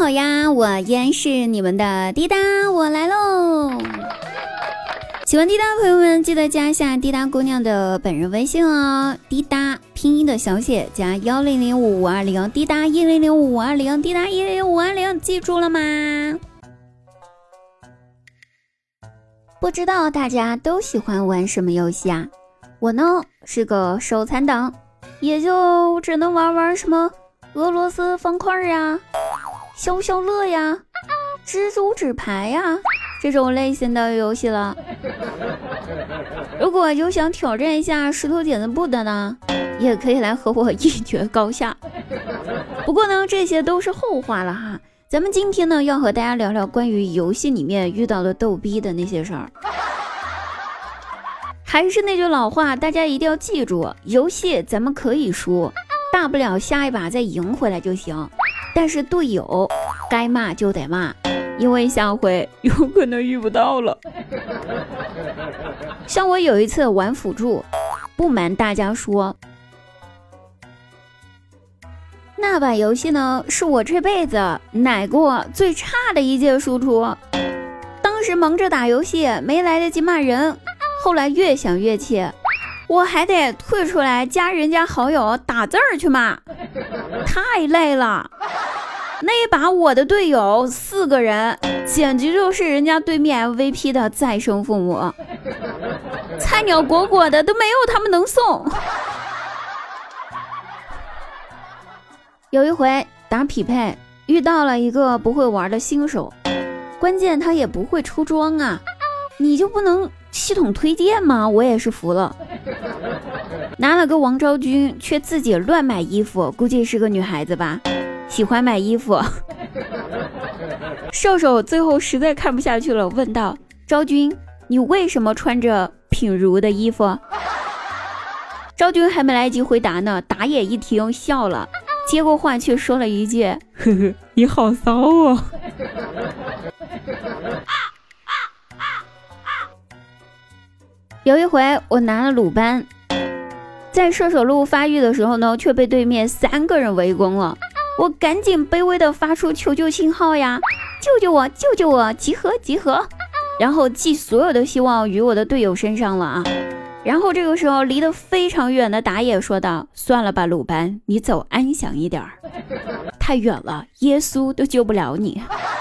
好呀，我依然是你们的滴答，我来喽。喜欢滴答的朋友们记得加一下滴答姑娘的本人微信哦，滴答拼音的小写加10055220，滴答10055220，滴答10055220，记住了吗？不知道大家都喜欢玩什么游戏啊？我呢是个手残党，也就只能玩什么俄罗斯方块呀、消消乐呀、蜘蛛纸牌呀这种类型的游戏了。如果有想挑战一下石头剪子布的呢，也可以来和我一决高下。不过呢，这些都是后话了哈。咱们今天呢，要和大家聊聊关于游戏里面遇到的逗逼的那些事儿。还是那句老话，大家一定要记住，游戏咱们可以输，大不了下一把再赢回来就行。但是队友该骂就得骂，因为下回有可能遇不到了。像我有一次玩辅助，不瞒大家说，那把游戏呢是我这辈子奶过最差的一届输出。当时忙着打游戏，没来得及骂人，后来越想越气，我还得退出来加人家好友打字儿去骂，太累了。那一把我的队友4个人，简直就是人家对面 MVP 的再生父母，菜鸟果果的都没有他们能送。有一回打匹配，遇到了一个不会玩的新手，关键他也不会出装啊，你就不能系统推荐吗？我也是服了。拿了个王昭君，却自己乱买衣服，估计是个女孩子吧，喜欢买衣服。射手最后实在看不下去了，问道：昭君，你为什么穿着品如的衣服？昭君还没来及回答呢，打野一听笑了，接过话却说了一句：呵呵，你好骚哦。有一回我拿了鲁班，在射手路发育的时候呢，却被对面3个人围攻了。我赶紧卑微的发出求救信号呀，救救我，救救我，集合集合，然后寄所有的希望于我的队友身上了啊。然后这个时候离得非常远的打野说道：算了吧鲁班，你走安详一点，太远了，耶稣都救不了你。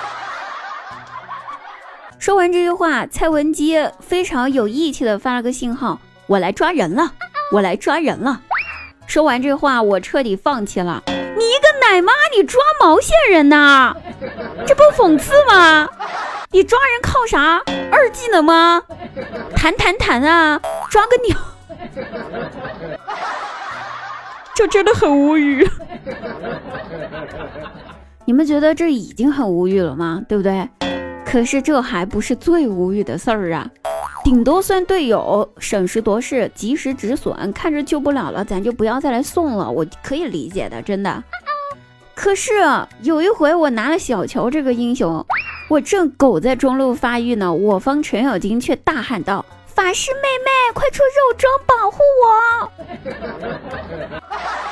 说完这句话，蔡文姬非常有义气的发了个信号：我来抓人了，我来抓人了。说完这话，我彻底放弃了。你一个奶妈，你抓毛线人呐？这不讽刺吗？你抓人靠啥？2技能吗？弹啊，抓个鸟。这真的很无语。你们觉得这已经很无语了吗？对不对？可是这还不是最无语的事儿啊，顶多算队友审时度势，及时止损，看着救不了了咱就不要再来送了，我可以理解的，真的。可是有一回我拿了小乔这个英雄，我正狗在中路发育呢，我方程咬金却大喊道：法师妹妹快出肉装保护我。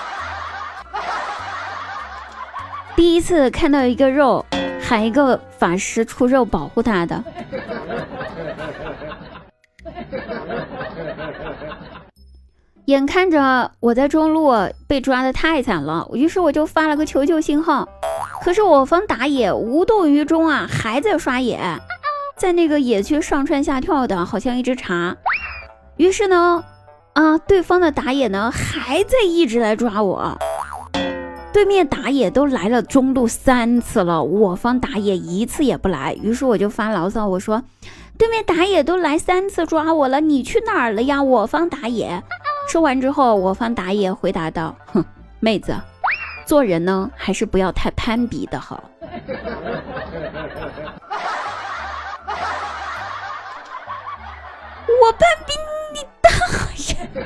第一次看到一个肉喊一个法师出肉保护他的。眼看着我在中路被抓得太惨了，于是我就发了个求救信号。可是我方打野无动于衷啊，还在刷野，在那个野区上蹿下跳的，好像一只茶。于是呢，对方的打野呢还在一直来抓我。对面打野都来了中路3次了，我方打野1次也不来。于是我就发牢骚，我说对面打野都来3次抓我了，你去哪儿了呀？我方打野。说完之后，我方打野回答道：哼，妹子，做人呢还是不要太攀比的好。我攀比你大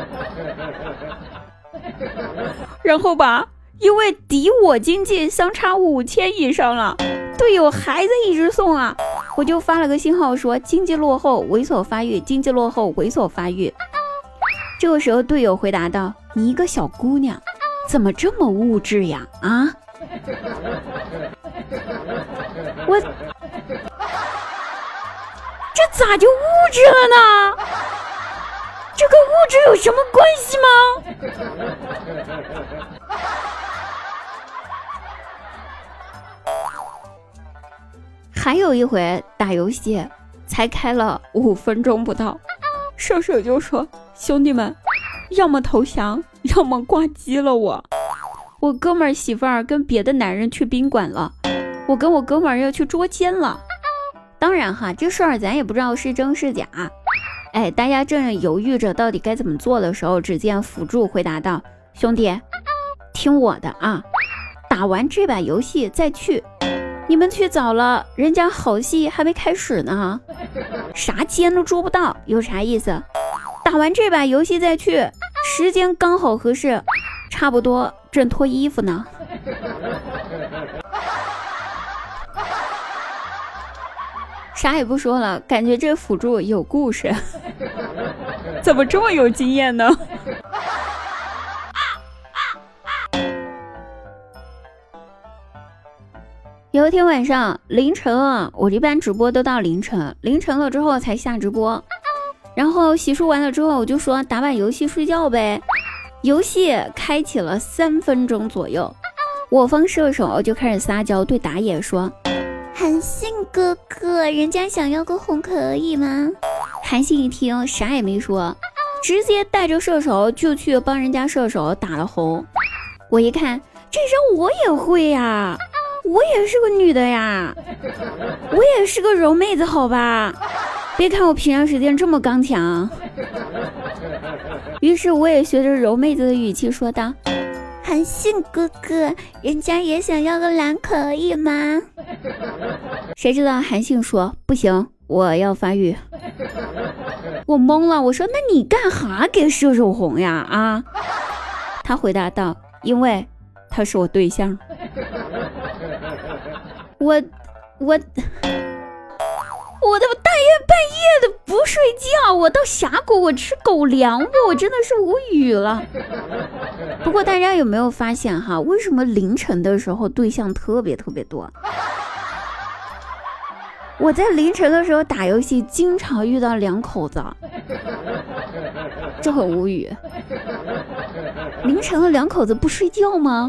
人。然后吧，因为敌我经济相差5000以上了，队友还在一直送啊，我就发了个信号说经济落后猥琐发育，经济落后猥琐发育。这个时候队友回答道：你一个小姑娘怎么这么物质呀啊！ 我这咋就物质了呢？这跟物质有什么关系吗？还有一回打游戏才开了5分钟不到，射手就说兄弟们要么投降要么挂机了。我哥们儿媳妇儿跟别的男人去宾馆了，我跟我哥们儿要去捉奸了。当然哈，这事儿咱也不知道是真是假。大家正犹豫着到底该怎么做的时候，只见辅助回答道，兄弟听我的啊，打完这把游戏再去。你们去早了，人家好戏还没开始呢，啥奸都捉不到，有啥意思？打完这把游戏再去，时间刚好合适，差不多正脱衣服呢。啥也不说了，感觉这辅助有故事。怎么这么有经验呢？有一天晚上凌晨啊，我这班直播都到凌晨了之后才下直播，然后洗漱完了之后我就说打把游戏睡觉呗。游戏开启了3分钟左右，我方射手就开始撒娇，对打野说，韩信哥哥，人家想要个红可以吗？韩信一听啥也没说，直接带着射手就去帮人家射手打了红。我一看这招我也会呀，我也是个女的呀，我也是个柔妹子好吧，别看我平常时间这么刚强。于是我也学着柔妹子的语气说道，韩信哥哥，人家也想要个蓝可以吗？谁知道韩信说不行，我要发育。我懵了，我说那你干哈给射手红呀啊？他回答道，因为他是我对象。我的大夜半夜的不睡觉，我到峡谷我吃狗粮不？我真的是无语了。不过大家有没有发现哈，为什么凌晨的时候对象特别多？我在凌晨的时候打游戏经常遇到2口子，这很无语。凌晨的2口子不睡觉吗？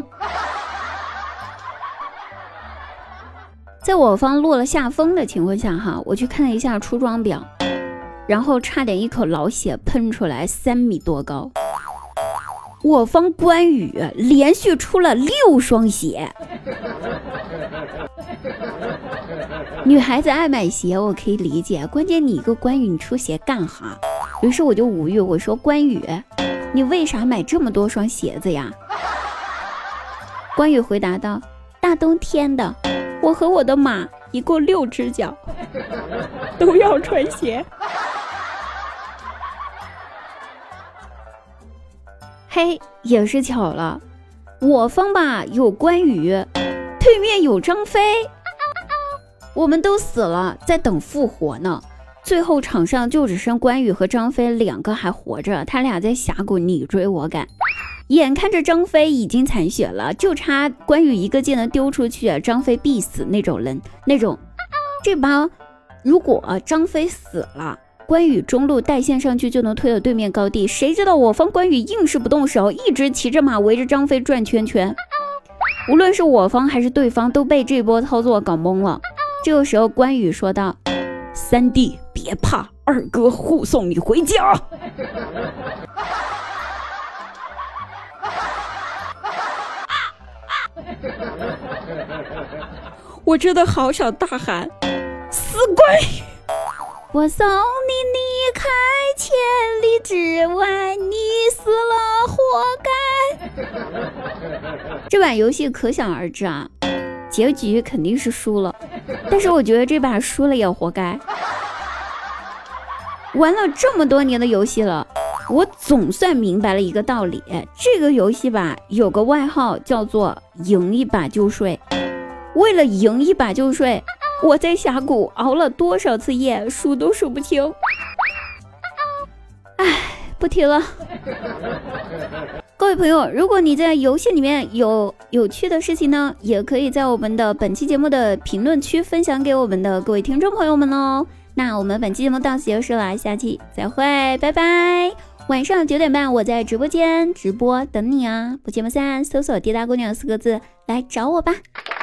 在我方落了下风的情况下哈，我去看了一下出装表，然后差点一口老血喷出来，3米多高。我方关羽连续出了6双鞋。女孩子爱买鞋我可以理解，关键你一个关羽你出鞋干哈？于是我就无语，我说关羽你为啥买这么多双鞋子呀？关羽回答道，大冬天的我和我的马一共6只脚都要穿鞋。嘿，也是巧了，我方吧有关羽，对面有张飞，我们都死了，在等复活呢。最后场上就只剩关羽和张飞2个还活着，他俩在峡谷你追我赶，眼看着张飞已经残血了，就差关羽一个技能丢出去，张飞必死那种人，这把如果张飞死了，关羽中路带线上去就能推到对面高地，谁知道我方关羽硬是不动手，一直骑着马围着张飞转圈圈。无论是我方还是对方都被这波操作搞懵了。这个时候关羽说道，三弟别怕，二哥护送你回家。我真的好想大喊，死关羽，我送你离开千里之外，你死了活该。这把游戏可想而知啊，结局肯定是输了，但是我觉得这把输了也活该。玩了这么多年的游戏了，我总算明白了一个道理，这个游戏吧有个外号叫做赢一把就睡。为了赢一把就睡，我在峡谷熬了多少次夜，数都数不清。唉，不提了。 各位朋友，如果你在游戏里面有有趣的事情呢，也可以在我们的本期节目的评论区分享给我们的各位听众朋友们哦。那我们本期节目到此结束了，下期再会，拜拜。晚上9点半我在直播间直播等你啊，不见不散，搜索滴答姑娘4个字来找我吧。